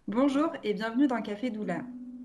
Bonjour et bienvenue dans Café Doula.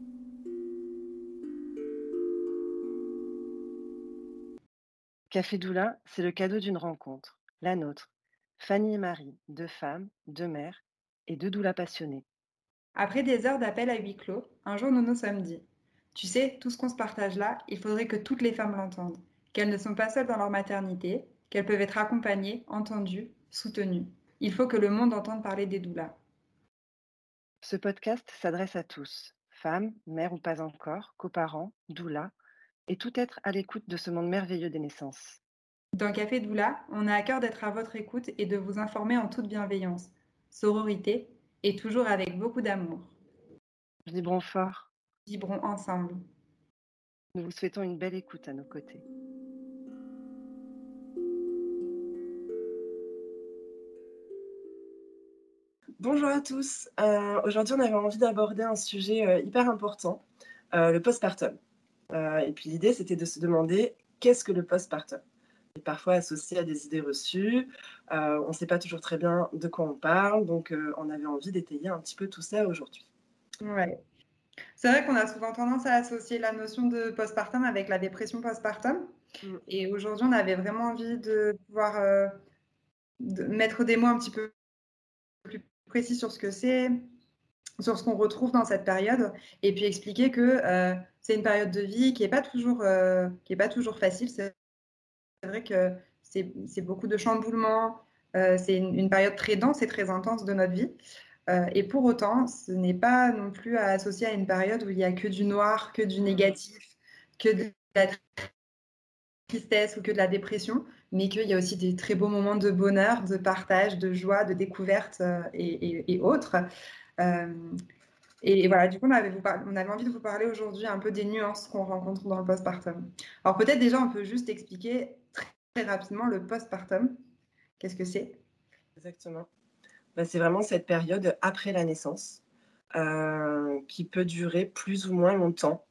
Café Doula, c'est le cadeau d'une rencontre, la nôtre. Fanny et Marie, deux femmes, deux mères et deux doulas passionnées. Après des heures d'appel à huis clos, un jour nous nous sommes dit, tu sais, tout ce qu'on se partage là, il faudrait que toutes les femmes l'entendent, qu'elles ne sont pas seules dans leur maternité, qu'elles peuvent être accompagnées, entendues, soutenues. Il faut que le monde entende parler des doulas. Ce podcast s'adresse à tous, femmes, mères ou pas encore, coparents, doulas, et tout être à l'écoute de ce monde merveilleux des naissances. Dans Café Doula, on a à cœur d'être à votre écoute et de vous informer en toute bienveillance, sororité et toujours avec beaucoup d'amour. Vibrons fort, Vibrons ensemble. nous vous souhaitons une belle écoute à nos côtés. Bonjour à tous. Aujourd'hui, on avait envie d'aborder un sujet hyper important, le postpartum. Et puis l'idée, c'était de se demander qu'est-ce que le postpartum? C'est parfois associé à des idées reçues, on ne sait pas toujours très bien de quoi on parle, donc on avait envie d'étayer un petit peu tout ça aujourd'hui. Ouais. C'est vrai qu'on a souvent tendance à associer la notion de postpartum avec la dépression postpartum. Mmh. Et aujourd'hui, on avait vraiment envie de pouvoir de mettre des mots un petit peu plus précis sur ce que c'est, sur ce qu'on retrouve dans cette période, et puis expliquer que c'est une période de vie qui est pas toujours facile. C'est vrai que c'est beaucoup de chamboulements, c'est une période très dense et très intense de notre vie. Et pour autant, ce n'est pas non plus à associer à une période où il y a que du noir, que du négatif, que de la tristesse ou que de la dépression, mais qu'il y a aussi des très beaux moments de bonheur, de partage, de joie, de découverte et autres. Euh, et voilà, du coup, on avait envie de vous parler aujourd'hui un peu des nuances qu'on rencontre dans le postpartum. Alors peut-être déjà, on peut juste expliquer très rapidement le postpartum. Qu'est-ce que c'est? Exactement. Bah, c'est vraiment cette période après la naissance, qui peut durer plus ou moins longtemps,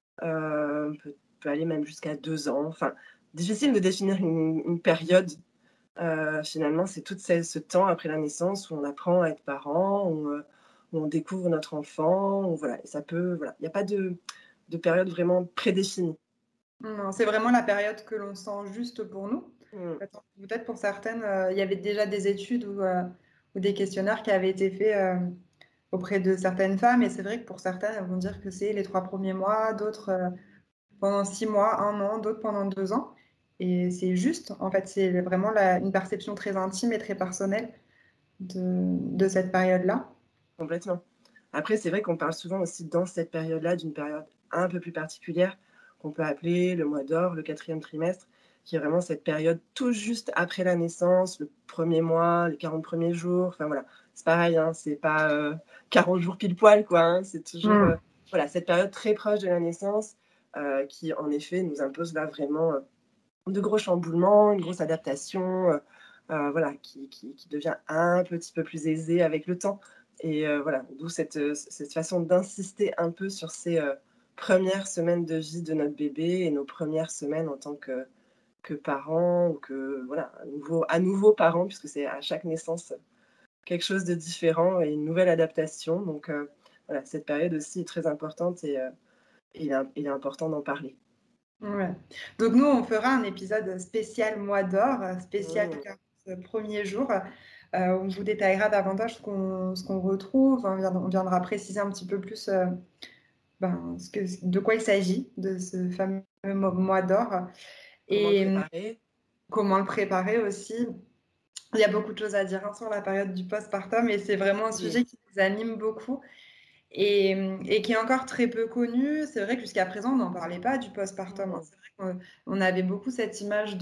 peut aller même jusqu'à 2 ans. Enfin, difficile de définir une période. Finalement, c'est tout ce temps après la naissance où on apprend à être parent, où on découvre notre enfant, où voilà, et ça peut voilà, il y a pas de période vraiment prédéfinie. Non, c'est vraiment la période que l'on sent juste pour nous. Mmh. Peut-être pour certaines, il y avait déjà des études ou des questionnaires qui avaient été faits auprès de certaines femmes, et c'est vrai que pour certaines, elles vont dire que c'est les 3 premiers mois, d'autres pendant 6 mois, un an, d'autres pendant 2 ans. Et c'est juste, en fait, c'est vraiment une perception très intime et très personnelle de cette période-là. Complètement. Après, c'est vrai qu'on parle souvent aussi dans cette période-là d'une période un peu plus particulière qu'on peut appeler le mois d'or, le 4e trimestre, qui est vraiment cette période tout juste après la naissance, le 1er mois, les 40 premiers jours. Enfin voilà, c'est pareil, hein, c'est pas 40 jours pile poil, quoi. Hein, c'est toujours Mm. voilà, cette période très proche de la naissance qui, en effet, nous impose là vraiment de gros chamboulements, une grosse adaptation, voilà, qui devient un petit peu plus aisée avec le temps. Et voilà, d'où cette façon d'insister un peu sur ces premières semaines de vie de notre bébé et nos premières semaines en tant que parents ou que voilà, à nouveau parents, puisque c'est à chaque naissance quelque chose de différent et une nouvelle adaptation. Donc voilà, cette période aussi est très importante et il est important d'en parler. Ouais. Donc nous, on fera un épisode spécial mois d'or, spécial Mmh. 40 premiers jours, où on vous détaillera davantage ce qu'on retrouve. On viendra préciser un petit peu plus de quoi il s'agit, de ce fameux mois d'or, Comment le et préparer? comment le préparer aussi. Il y a beaucoup de choses à dire hein, sur la période du postpartum, et c'est vraiment un Oui. sujet qui nous anime beaucoup et qui est encore très peu connu. C'est vrai que jusqu'à présent, on n'en parlait pas du postpartum. Hein. Mmh. C'est vrai qu'on avait beaucoup cette image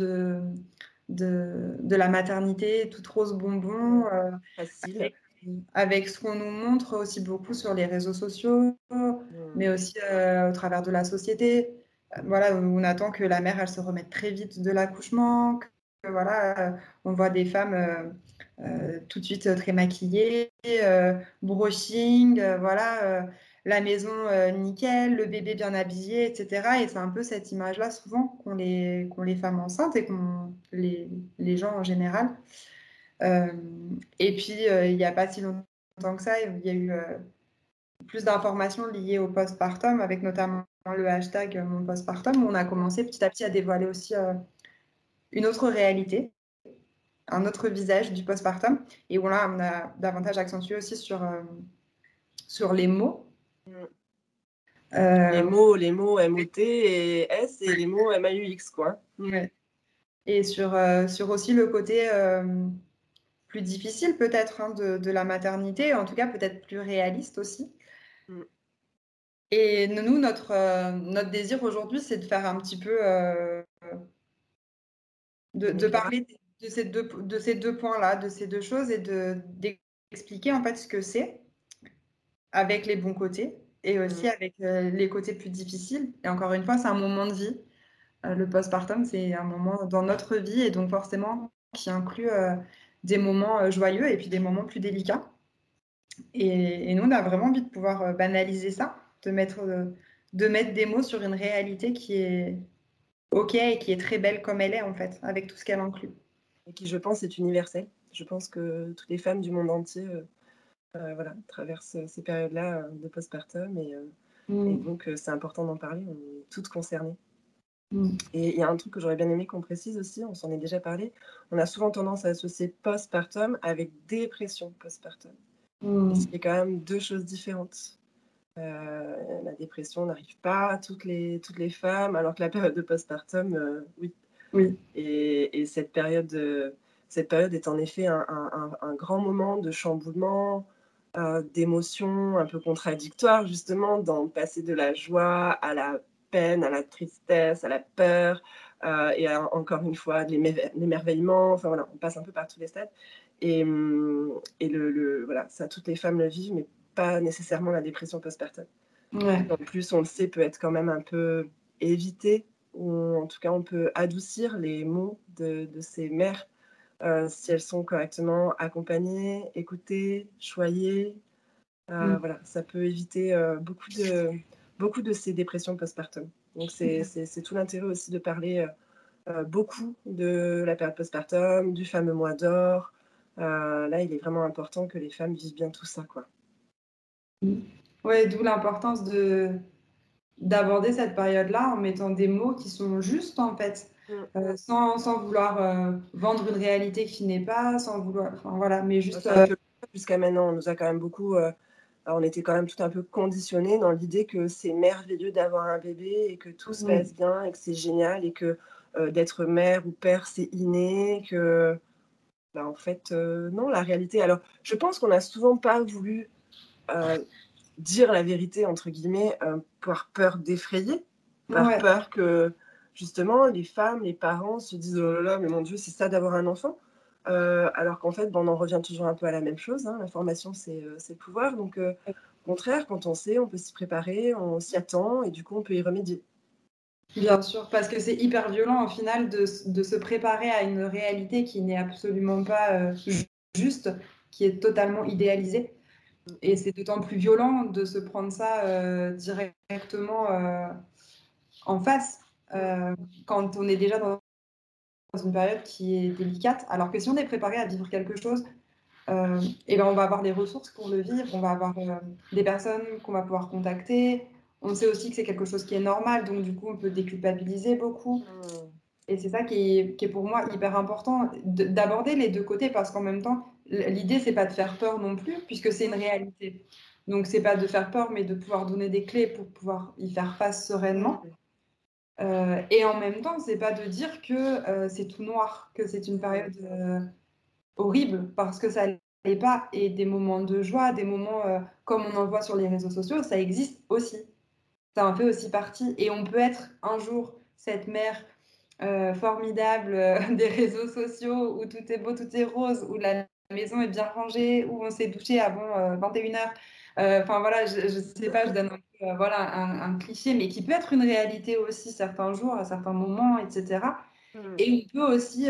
de la maternité toute rose bonbon, Mmh. Facile. avec, avec ce qu'on nous montre aussi beaucoup sur les réseaux sociaux, Mmh. mais aussi au travers de la société. Voilà, où on attend que la mère, elle se remette très vite de l'accouchement, que voilà, on voit des femmes tout de suite très maquillées, brushing, voilà, la maison nickel, le bébé bien habillé, etc. Et c'est un peu cette image-là souvent qu'ont les femmes enceintes et qu'ont les gens en général. Euh, et puis, il n'y a pas si longtemps que ça, il y a eu plus d'informations liées au postpartum, avec notamment le hashtag mon postpartum, où on a commencé petit à petit à dévoiler aussi une autre réalité, un autre visage du postpartum, et où là on a davantage accentué aussi sur les mots. Les mots MOT et S et les mots MAUX, quoi. Ouais. Et sur aussi le côté plus difficile peut-être hein, de la maternité, en tout cas peut-être plus réaliste aussi. Et nous, notre désir aujourd'hui, c'est de faire un petit peu, de parler de ces deux points-là, de ces deux choses, et d'expliquer en fait ce que c'est, avec les bons côtés, et aussi avec les côtés plus difficiles. Et encore une fois, c'est un moment de vie. Le postpartum, c'est un moment dans notre vie, et donc forcément qui inclut des moments joyeux et puis des moments plus délicats. Et nous, on a vraiment envie de pouvoir banaliser ça, de mettre des mots sur une réalité qui est OK et qui est très belle comme elle est, en fait, avec tout ce qu'elle inclut. Et qui, je pense, est universelle. Je pense que toutes les femmes du monde entier voilà, traversent ces périodes-là de postpartum. Et donc, c'est important d'en parler. On est toutes concernées. Et il y a un truc que j'aurais bien aimé qu'on précise aussi, on s'en est déjà parlé. On a souvent tendance à associer postpartum avec dépression postpartum. Ce qui est quand même deux choses différentes. La dépression n'arrive pas à toutes les femmes, alors que la période de postpartum, oui. Et cette période est en effet un grand moment de chamboulement, d'émotions un peu contradictoires, justement, dans passer de la joie à la peine, à la tristesse, à la peur, et encore une fois, de l'émerveillement. Enfin voilà, on passe un peu par tous les stades. Et voilà, ça, toutes les femmes le vivent, mais pas nécessairement la dépression postpartum. Ouais. En plus, on le sait, peut être quand même un peu évité, ou en tout cas, on peut adoucir les mots de ces mères si elles sont correctement accompagnées, écoutées, choyées. Voilà, ça peut éviter beaucoup de ces dépressions postpartum. Donc, c'est tout l'intérêt aussi de parler beaucoup de la période postpartum, du fameux mois d'or. Là, il est vraiment important que les femmes vivent bien tout ça, quoi. Ouais, d'où l'importance d'aborder cette période-là en mettant des mots qui sont justes, en fait, sans vouloir vendre une réalité qui n'est pas, sans vouloir, enfin voilà, mais juste. Jusqu'à maintenant, on nous a quand même beaucoup. On était quand même tout un peu conditionnés dans l'idée que c'est merveilleux d'avoir un bébé et que tout se passe bien et que c'est génial et que d'être mère ou père, c'est inné, que en fait, non, la réalité. Alors, je pense qu'on n'a souvent pas voulu dire la vérité, entre guillemets, par peur d'effrayer, par peur que, justement, les femmes, les parents se disent « Oh là là, mais mon Dieu, c'est ça d'avoir un enfant ?» Alors qu'en fait, on en revient toujours un peu à la même chose. Hein. L'information, c'est le pouvoir. Donc, au contraire, quand on sait, on peut s'y préparer, on s'y attend et du coup, on peut y remédier. Bien sûr, parce que c'est hyper violent au final de se préparer à une réalité qui n'est absolument pas juste, qui est totalement idéalisée. Et c'est d'autant plus violent de se prendre ça directement en face quand on est déjà dans une période qui est délicate. Alors que si on est préparé à vivre quelque chose, et ben on va avoir les ressources pour le vivre, on va avoir des personnes qu'on va pouvoir contacter. On sait aussi que c'est quelque chose qui est normal, donc du coup, on peut déculpabiliser beaucoup. Et c'est ça qui est pour moi hyper important, d'aborder les deux côtés, parce qu'en même temps, l'idée, c'est pas de faire peur non plus, puisque c'est une réalité. Donc, c'est pas de faire peur, mais de pouvoir donner des clés pour pouvoir y faire face sereinement. Et en même temps, c'est pas de dire que c'est tout noir, que c'est une période horrible, parce que ça l'est pas. Et des moments de joie, des moments comme on en voit sur les réseaux sociaux, ça existe aussi. Ça en fait aussi partie. Et on peut être un jour cette mère formidable des réseaux sociaux où tout est beau, tout est rose, où la maison est bien rangée, où on s'est douché avant 21h. Enfin voilà, je sais pas, je donne un peu, voilà, un cliché, mais qui peut être une réalité aussi certains jours, à certains moments, etc. Et on peut aussi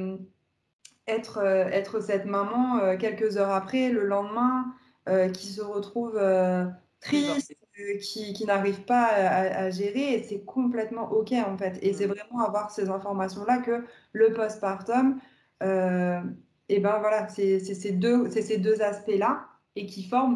être cette maman quelques heures après, le lendemain, qui se retrouve triste, qui n'arrive pas à gérer, et c'est complètement OK en fait. Et c'est vraiment avoir ces informations-là que le postpartum, et ben voilà, c'est ces deux aspects-là et qui forment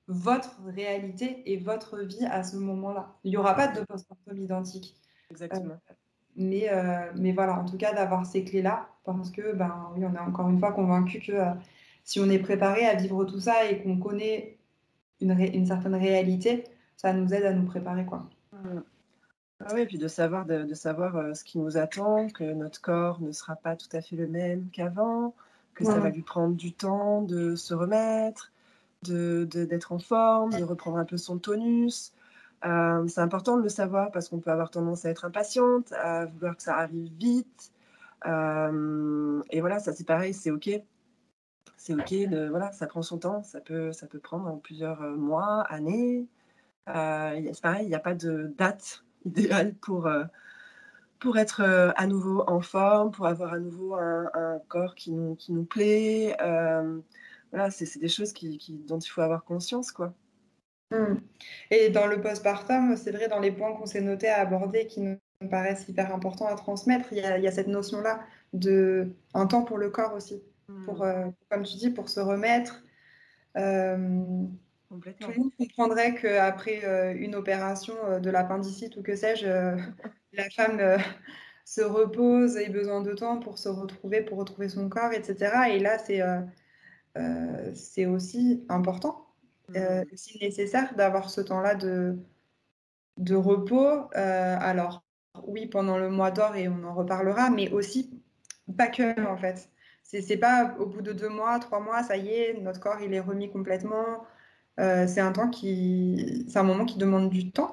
votre réalité et votre vie à ce moment-là. Il n'y aura pas de post-partum identique. Exactement. Mais voilà, en tout cas, d'avoir ces clés-là, parce que, oui, on est encore une fois convaincu que si on est préparé à vivre tout ça et qu'on connaît une certaine réalité, ça nous aide à nous préparer, quoi. Ah oui, puis de savoir ce qui nous attend, que notre corps ne sera pas tout à fait le même qu'avant, que ça va lui prendre du temps de se remettre, d'être en forme, de reprendre un peu son tonus. C'est important de le savoir parce qu'on peut avoir tendance à être impatiente, à vouloir que ça arrive vite. Et voilà, ça c'est pareil, c'est OK. C'est OK, voilà, ça prend son temps, ça peut prendre plusieurs mois, années. C'est pareil, il n'y a pas de date idéale pour être à nouveau en forme, pour avoir à nouveau un corps qui nous plaît. Voilà, c'est des choses dont il faut avoir conscience, quoi. Et dans le postpartum, c'est vrai, dans les points qu'on s'est notés à aborder qui nous paraissent hyper importants à transmettre, il y a cette notion-là un temps pour le corps aussi, pour, comme tu dis, pour se remettre. Complètement. Tout le monde comprendrait qu'après une opération de l'appendicite ou que sais-je, la femme se repose, ait besoin de temps pour se retrouver, pour retrouver son corps, etc. Et là, c'est aussi important, aussi nécessaire d'avoir ce temps-là de repos. Alors, oui, pendant le mois d'or, et on en reparlera, mais aussi pas que, en fait. C'est pas au bout de 2 mois, 3 mois, ça y est, notre corps, il est remis complètement. C'est un moment qui demande du temps.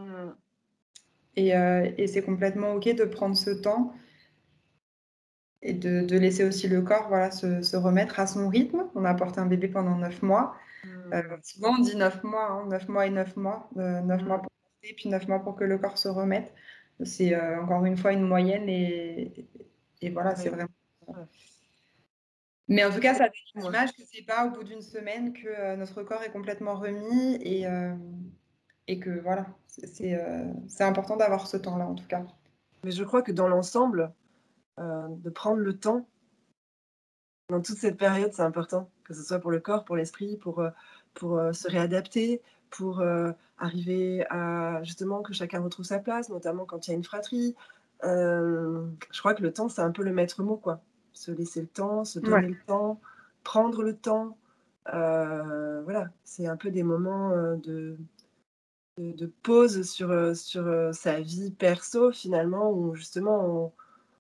Et c'est complètement OK de prendre ce temps et de laisser aussi le corps, voilà, se remettre à son rythme. On a porté un bébé pendant 9 mois. Souvent, on dit 9 mois, 9 mois et 9 mois. 9 mois pour porter, puis 9 mois pour que le corps se remette. C'est encore une fois une moyenne et voilà, c'est vraiment. Mais en tout cas, ça donne l'image que c'est pas au bout d'une semaine que notre corps est complètement remis et que voilà, c'est important d'avoir ce temps-là en tout cas. Mais je crois que dans l'ensemble, de prendre le temps dans toute cette période, c'est important, que ce soit pour le corps, pour l'esprit, pour se réadapter, pour arriver à justement que chacun retrouve sa place, notamment quand il y a une fratrie. Je crois que le temps, c'est un peu le maître mot, quoi. Se laisser le temps, se donner le temps, prendre le temps. Voilà, c'est un peu des moments de pause sur sa vie perso, finalement, où justement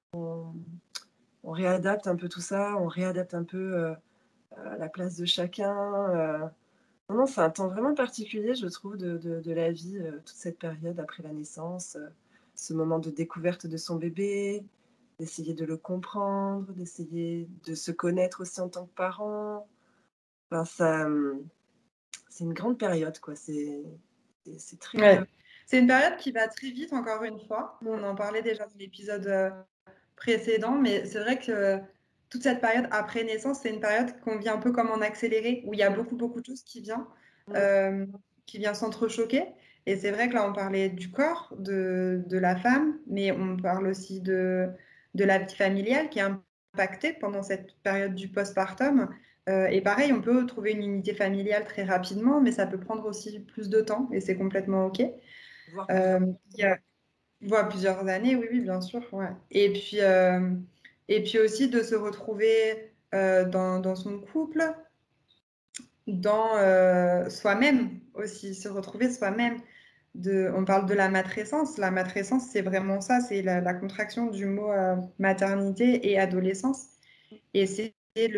on réadapte un peu tout ça, on réadapte un peu la place de chacun. Non, c'est un temps vraiment particulier, je trouve, de la vie, toute cette période après la naissance, ce moment de découverte de son bébé, d'essayer de le comprendre, d'essayer de se connaître aussi en tant que parent. Enfin, c'est une grande période, quoi. C'est très... C'est une période qui va très vite, encore une fois. On en parlait déjà dans l'épisode précédent, mais c'est vrai que toute cette période après naissance, c'est une période qu'on vit un peu comme en accéléré, où il y a beaucoup, beaucoup de choses qui viennent s'entrechoquer. Et c'est vrai que là, on parlait du corps de la femme, mais on parle aussi de la vie familiale qui est impactée pendant cette période du postpartum. Et pareil, on peut trouver une unité familiale très rapidement, mais ça peut prendre aussi plus de temps et c'est complètement OK. Voire plusieurs années, oui, oui, bien sûr. Ouais. Et puis aussi de se retrouver dans son couple, dans soi-même aussi, se retrouver soi-même. On parle de la matrescence. La matrescence, c'est vraiment ça, c'est la contraction du mot maternité et adolescence. Et c'est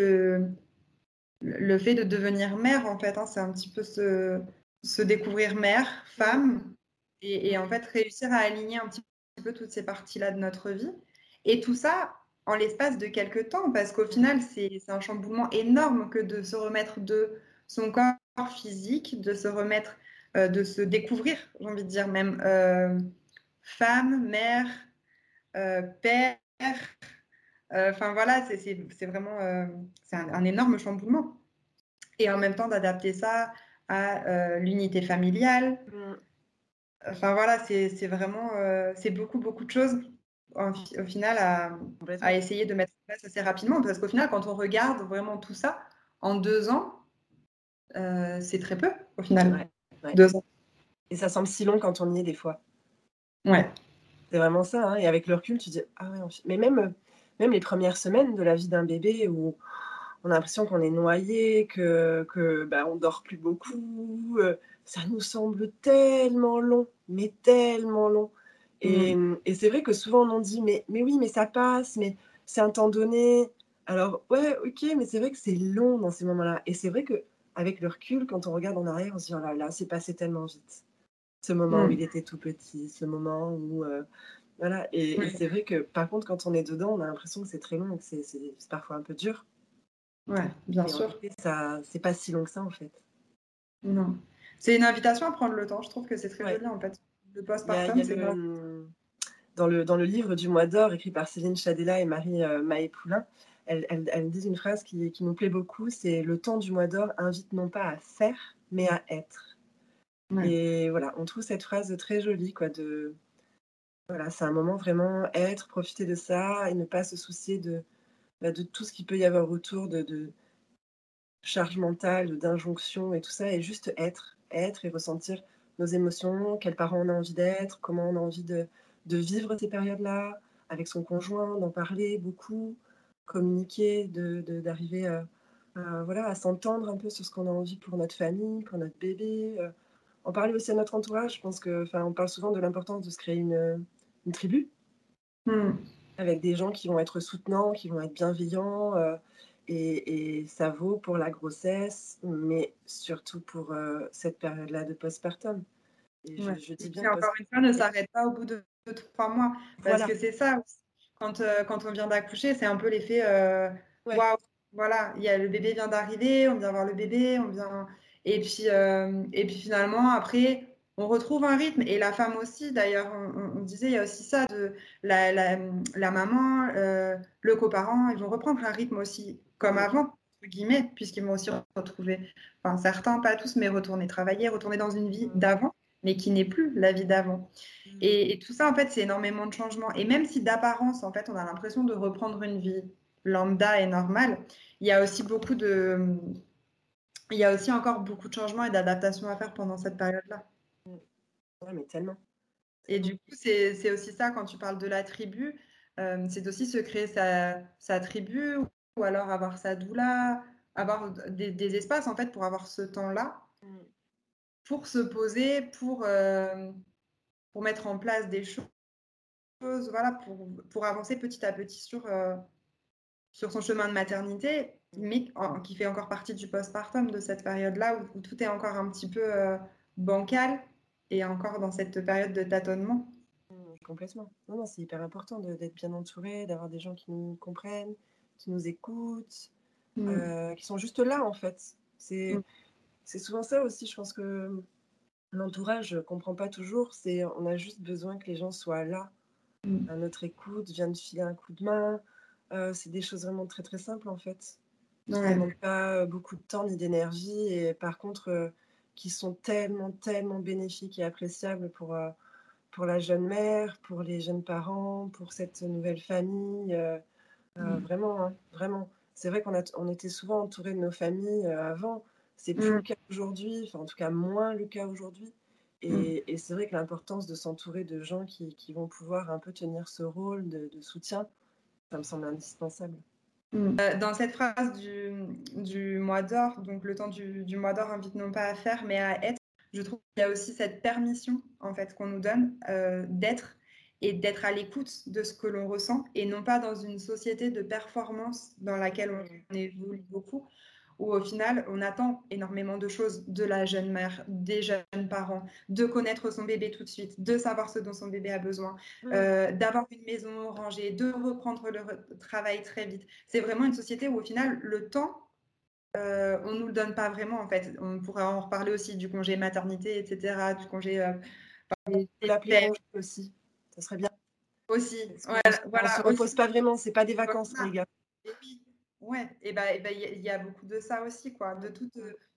le fait de devenir mère, en fait, hein, c'est un petit peu se découvrir mère, femme, et en fait réussir à aligner un petit peu toutes ces parties-là de notre vie. Et tout ça en l'espace de quelques temps, parce qu'au final, c'est un chamboulement énorme que de se remettre de son corps physique, de se remettre, de se découvrir, j'ai envie de dire même femme, mère, père. Enfin voilà, c'est vraiment c'est un énorme chamboulement. Et en même temps d'adapter ça à l'unité familiale. Enfin voilà, c'est vraiment c'est beaucoup, beaucoup de choses au final à essayer de mettre en place assez rapidement. Parce qu'au final, quand on regarde vraiment tout ça, en 2 ans, c'est très peu au final. Ouais. 2 ans. Et ça semble si long quand on y est des fois. Ouais. C'est vraiment ça, hein, et avec le recul, tu dis: «Ah ouais, mais même les premières semaines de la vie d'un bébé où on a l'impression qu'on est noyé, que bah, on dort plus beaucoup, ça nous semble tellement long, mais tellement long. Et c'est vrai que souvent on en dit: «Mais oui, mais ça passe, mais c'est un temps donné». Alors ouais, OK, mais c'est vrai que c'est long dans ces moments-là, et c'est vrai qu'avec le recul, quand on regarde en arrière, on se dit: «Oh là là, c'est passé tellement vite». Ce moment où il était tout petit, ce moment où, voilà, et c'est vrai que par contre quand on est dedans, on a l'impression que c'est très long et que c'est parfois un peu dur. Ouais, bien Et en sûr. réalité, ça c'est pas si long que ça, en fait. Non. C'est une invitation à prendre le temps. Je trouve que c'est très Ouais. joli en fait. Le Il y postpartum, a c'est une dans le livre du Mois d'or, écrit par Céline Chadella et Marie Mahé-Poulain, elles disent une phrase qui nous plaît beaucoup, c'est: «Le temps du Mois d'or invite non pas à faire, mais à être». Ouais. Et voilà, on trouve cette phrase très jolie, quoi, voilà, c'est un moment vraiment être, profiter de ça et ne pas se soucier de tout ce qu'il peut y avoir autour de charge mentale, d'injonction et tout ça, et juste être et ressentir nos émotions, quels parents on a envie d'être, comment on a envie de vivre ces périodes-là, avec son conjoint, d'en parler beaucoup, communiquer, d'arriver voilà, à s'entendre un peu sur ce qu'on a envie pour notre famille, pour notre bébé, en parler aussi à notre entourage. Je pense que, enfin, on parle souvent de l'importance de se créer une tribu, Mm. avec des gens qui vont être soutenants, qui vont être bienveillants, et ça vaut pour la grossesse, mais surtout pour, cette période-là de postpartum. Et Ouais. je dis Et bien qui, encore une fois, ne s'arrête pas au bout de 3 mois. Parce voilà, que c'est ça aussi. Quand on vient d'accoucher, c'est un peu l'effet ouais. waouh, voilà, le bébé vient d'arriver, on vient voir le bébé, on vient. Et puis finalement, après, on retrouve un rythme. Et la femme aussi, d'ailleurs, on disait, il y a aussi ça de la maman, le coparent, ils vont reprendre un rythme aussi comme avant, entre guillemets, puisqu'ils vont aussi retrouver, enfin certains, pas tous, mais retourner travailler, retourner dans une vie d'avant, mais qui n'est plus la vie d'avant. Et tout ça, en fait, c'est énormément de changements. Et même si d'apparence, en fait, on a l'impression de reprendre une vie lambda et normale, il y a aussi il y a aussi encore beaucoup de changements et d'adaptations à faire pendant cette période-là. Ouais, mais tellement, Et tellement. du coup, c'est aussi ça, quand tu parles de la tribu, c'est aussi se créer sa tribu, ou alors avoir sa doula, avoir des espaces, en fait, pour avoir ce temps-là, pour se poser, pour mettre en place des choses, voilà, pour avancer petit à petit sur son chemin de maternité, mais qui fait encore partie du postpartum, de cette période-là où tout est encore un petit peu bancal et encore dans cette période de tâtonnement. Complètement. Non, non, c'est hyper important d'être bien entouré, d'avoir des gens qui nous comprennent, qui nous écoutent, qui sont juste là, en fait. C'est souvent ça aussi, je pense que l'entourage comprend pas toujours, on a juste besoin que les gens soient là, à notre écoute, viennent filer un coup de main. C'est des choses vraiment très, très simples, en fait, qui Ouais. demandent pas beaucoup de temps ni d'énergie, et par contre, qui sont tellement, tellement bénéfiques et appréciables pour la jeune mère, pour les jeunes parents, pour cette nouvelle famille, vraiment, hein, vraiment. C'est vrai on était souvent entourés de nos familles, avant. C'est plus le cas aujourd'hui, enfin, en tout cas, moins le cas aujourd'hui. Et c'est vrai que l'importance de s'entourer de gens qui vont pouvoir un peu tenir ce rôle de soutien, ça me semble indispensable. Dans cette phrase du mois d'or, donc le temps du mois d'or invite non pas à faire, mais à être, je trouve qu'il y a aussi cette permission, en fait, qu'on nous donne d'être, et d'être à l'écoute de ce que l'on ressent, et non pas dans une société de performance dans laquelle on évolue beaucoup, où au final, on attend énormément de choses de la jeune mère, des jeunes parents, de connaître son bébé tout de suite, de savoir ce dont son bébé a besoin, d'avoir une maison rangée, de reprendre le travail très vite. C'est vraiment une société où au final, le temps, on ne nous le donne pas vraiment, en fait. On pourrait en reparler aussi du congé maternité, etc., du congé... On peut l'appeler congé aussi, ça serait bien. aussi, On se repose aussi. pas vraiment, c'est pas des vacances, Voilà. les gars. Et puis, ouais, et ben, y a beaucoup de ça aussi, quoi, de toute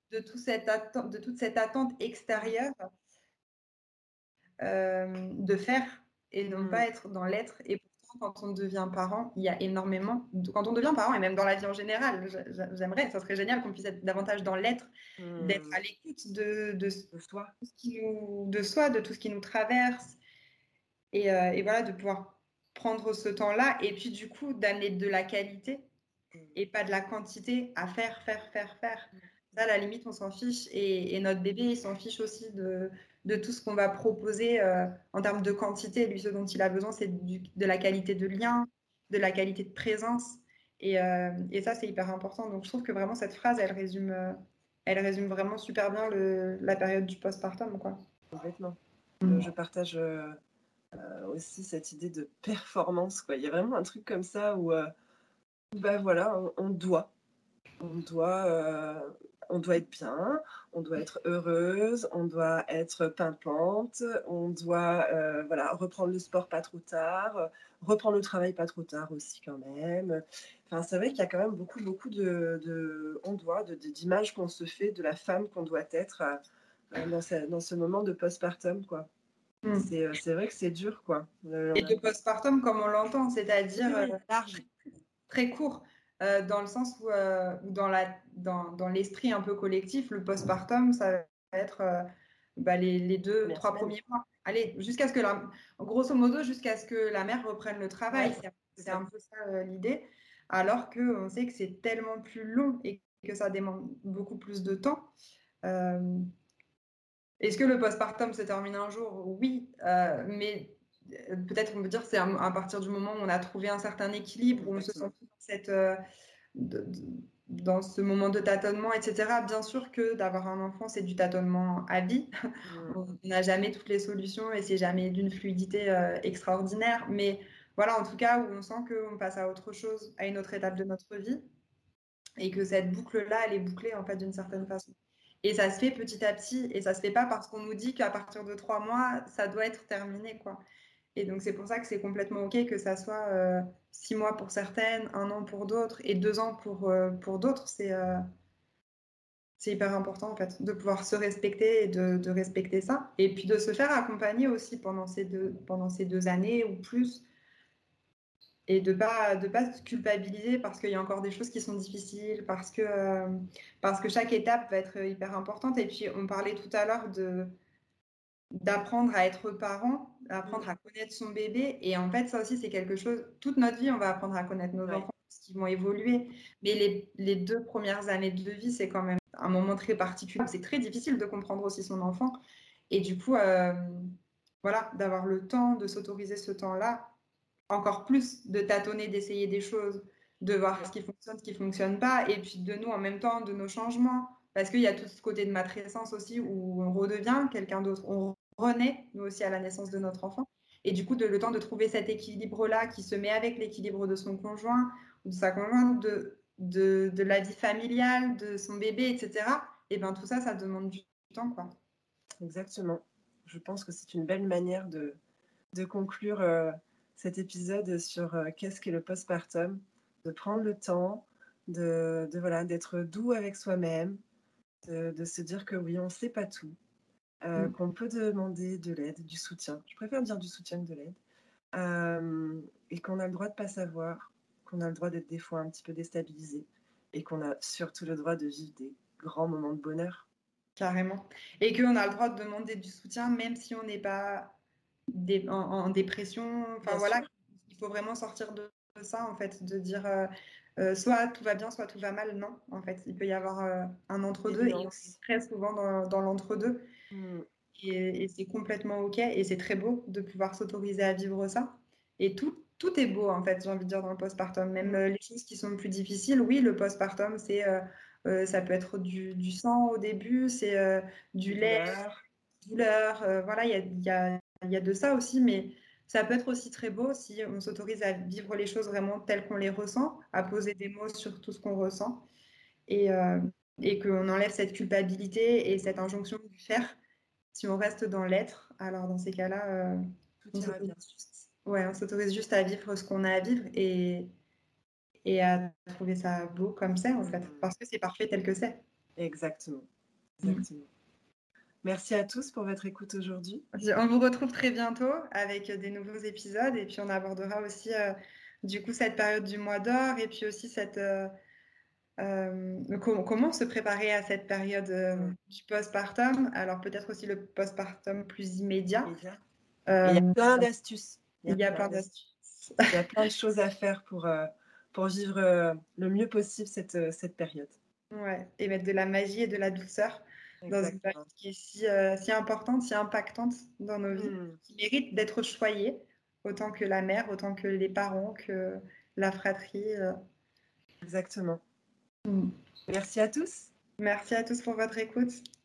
cette attente extérieure de faire et non pas être dans l'être. Et pourtant, quand on devient parent, il y a énormément, quand on devient parent, et même dans la vie en général, j'aimerais, ça serait génial qu'on puisse être davantage dans l'être, d'être à l'écoute de soi. de soi, de tout ce qui nous traverse, et voilà, de pouvoir prendre ce temps-là, et puis du coup, d'amener de la qualité, et pas de la quantité à faire. Ça, à la limite, on s'en fiche, et notre bébé, il s'en fiche aussi de tout ce qu'on va proposer en termes de quantité. Lui, ce dont il a besoin, c'est de la qualité de lien, de la qualité de présence. Et ça, c'est hyper important. Donc, je trouve que vraiment, cette phrase, elle résume vraiment super bien la période du postpartum, quoi. Complètement. Je partage aussi cette idée de performance, quoi. Il y a vraiment un truc comme ça où, bah voilà, on doit être bien, on doit être heureuse, on doit être pimpante, on doit voilà, reprendre le sport pas trop tard, reprendre le travail pas trop tard aussi quand même. Enfin, c'est vrai qu'il y a quand même beaucoup d'images qu'on se fait de la femme qu'on doit être dans ce moment de postpartum, quoi. C'est vrai que c'est dur, quoi. Et de postpartum, comme on l'entend, c'est-à-dire large. très court, dans le sens où dans l'esprit un peu collectif, le postpartum, ça va être les 2-3 premiers mois. Allez, grosso modo, jusqu'à ce que la mère reprenne le travail. Ouais, c'est un peu ça l'idée. Alors qu'on sait que c'est tellement plus long et que ça demande beaucoup plus de temps. Est-ce que le postpartum se termine un jour? Oui, mais peut-être on peut dire que c'est à partir du moment où on a trouvé un certain équilibre, où on se sent dans ce moment de tâtonnement, etc. Bien sûr que d'avoir un enfant, c'est du tâtonnement à vie. On n'a jamais toutes les solutions et c'est jamais d'une fluidité extraordinaire. Mais voilà, en tout cas, où on sent qu'on passe à autre chose, à une autre étape de notre vie et que cette boucle-là, elle est bouclée en fait d'une certaine façon. Et ça se fait petit à petit et ça se fait pas parce qu'on nous dit qu'à partir de 3 mois, ça doit être terminé, quoi. Et donc, c'est pour ça que c'est complètement OK que ça soit 6 mois pour certaines, 1 an pour d'autres et 2 ans pour d'autres. C'est hyper important, en fait, de pouvoir se respecter et de respecter ça. Et puis de se faire accompagner aussi pendant ces 2 années ou plus. Et de pas se culpabiliser parce qu'il y a encore des choses qui sont difficiles, parce que chaque étape va être hyper importante. Et puis, on parlait tout à l'heure d'apprendre à être parent, d'apprendre à connaître son bébé. Et en fait, ça aussi, c'est quelque chose, toute notre vie, on va apprendre à connaître nos enfants parce qu'ils vont évoluer. Mais les 2 premières années de vie, c'est quand même un moment très particulier. C'est très difficile de comprendre aussi son enfant. Et du coup, voilà, d'avoir le temps, de s'autoriser ce temps-là, encore plus de tâtonner, d'essayer des choses, de voir ce qui fonctionne, ce qui ne fonctionne pas. Et puis de nous, en même temps, de nos changements. Parce qu'il y a tout ce côté de matrescence aussi où on redevient quelqu'un d'autre. On renaît, nous aussi, à la naissance de notre enfant. Et du coup, le temps de trouver cet équilibre-là qui se met avec l'équilibre de son conjoint ou de sa conjointe, de la vie familiale, de son bébé, etc. Et bien tout ça, ça demande du temps, quoi. Exactement. Je pense que c'est une belle manière de conclure cet épisode sur qu'est-ce qu'est le postpartum, de prendre le temps, voilà, d'être doux avec soi-même, de se dire que oui, on ne sait pas tout, qu'on peut demander de l'aide, du soutien. Je préfère dire du soutien que de l'aide. Et qu'on a le droit de ne pas savoir, qu'on a le droit d'être des fois un petit peu déstabilisé et qu'on a surtout le droit de vivre des grands moments de bonheur. Carrément. Et qu'on a le droit de demander du soutien même si on n'est pas en dépression. Enfin Bien voilà, sûr. il faut vraiment sortir de ça en fait, de dire soit tout va bien, soit tout va mal. Non, en fait, il peut y avoir un entre-deux et on est très souvent dans l'entre-deux. Et c'est complètement OK et c'est très beau de pouvoir s'autoriser à vivre ça. Et tout est beau en fait, j'ai envie de dire, dans le postpartum. Même les choses qui sont plus difficiles, oui, le postpartum, ça peut être du sang au début, c'est du lait, douleur, voilà, il y a de ça aussi, mais ça peut être aussi très beau si on s'autorise à vivre les choses vraiment telles qu'on les ressent, à poser des mots sur tout ce qu'on ressent et qu'on enlève cette culpabilité et cette injonction du faire. Si on reste dans l'être, alors dans ces cas-là, tout ira bien. On s'autorise juste à vivre ce qu'on a à vivre et à trouver ça beau comme c'est en fait, parce que c'est parfait tel que c'est. Exactement. Merci à tous pour votre écoute aujourd'hui. On vous retrouve très bientôt avec des nouveaux épisodes et puis on abordera aussi du coup cette période du mois d'or et puis aussi comment se préparer à cette période du postpartum. Alors peut-être aussi le postpartum plus immédiat. Il y a plein d'astuces. Il y a plein d'astuces. Il y a plein de choses à faire pour vivre le mieux possible cette période. Ouais, et mettre de la magie et de la douceur dans une période qui est si importante, si impactante dans nos vies, qui mérite d'être choyée, autant que la mère, autant que les parents, que la fratrie. Exactement. Merci à tous. Merci à tous pour votre écoute.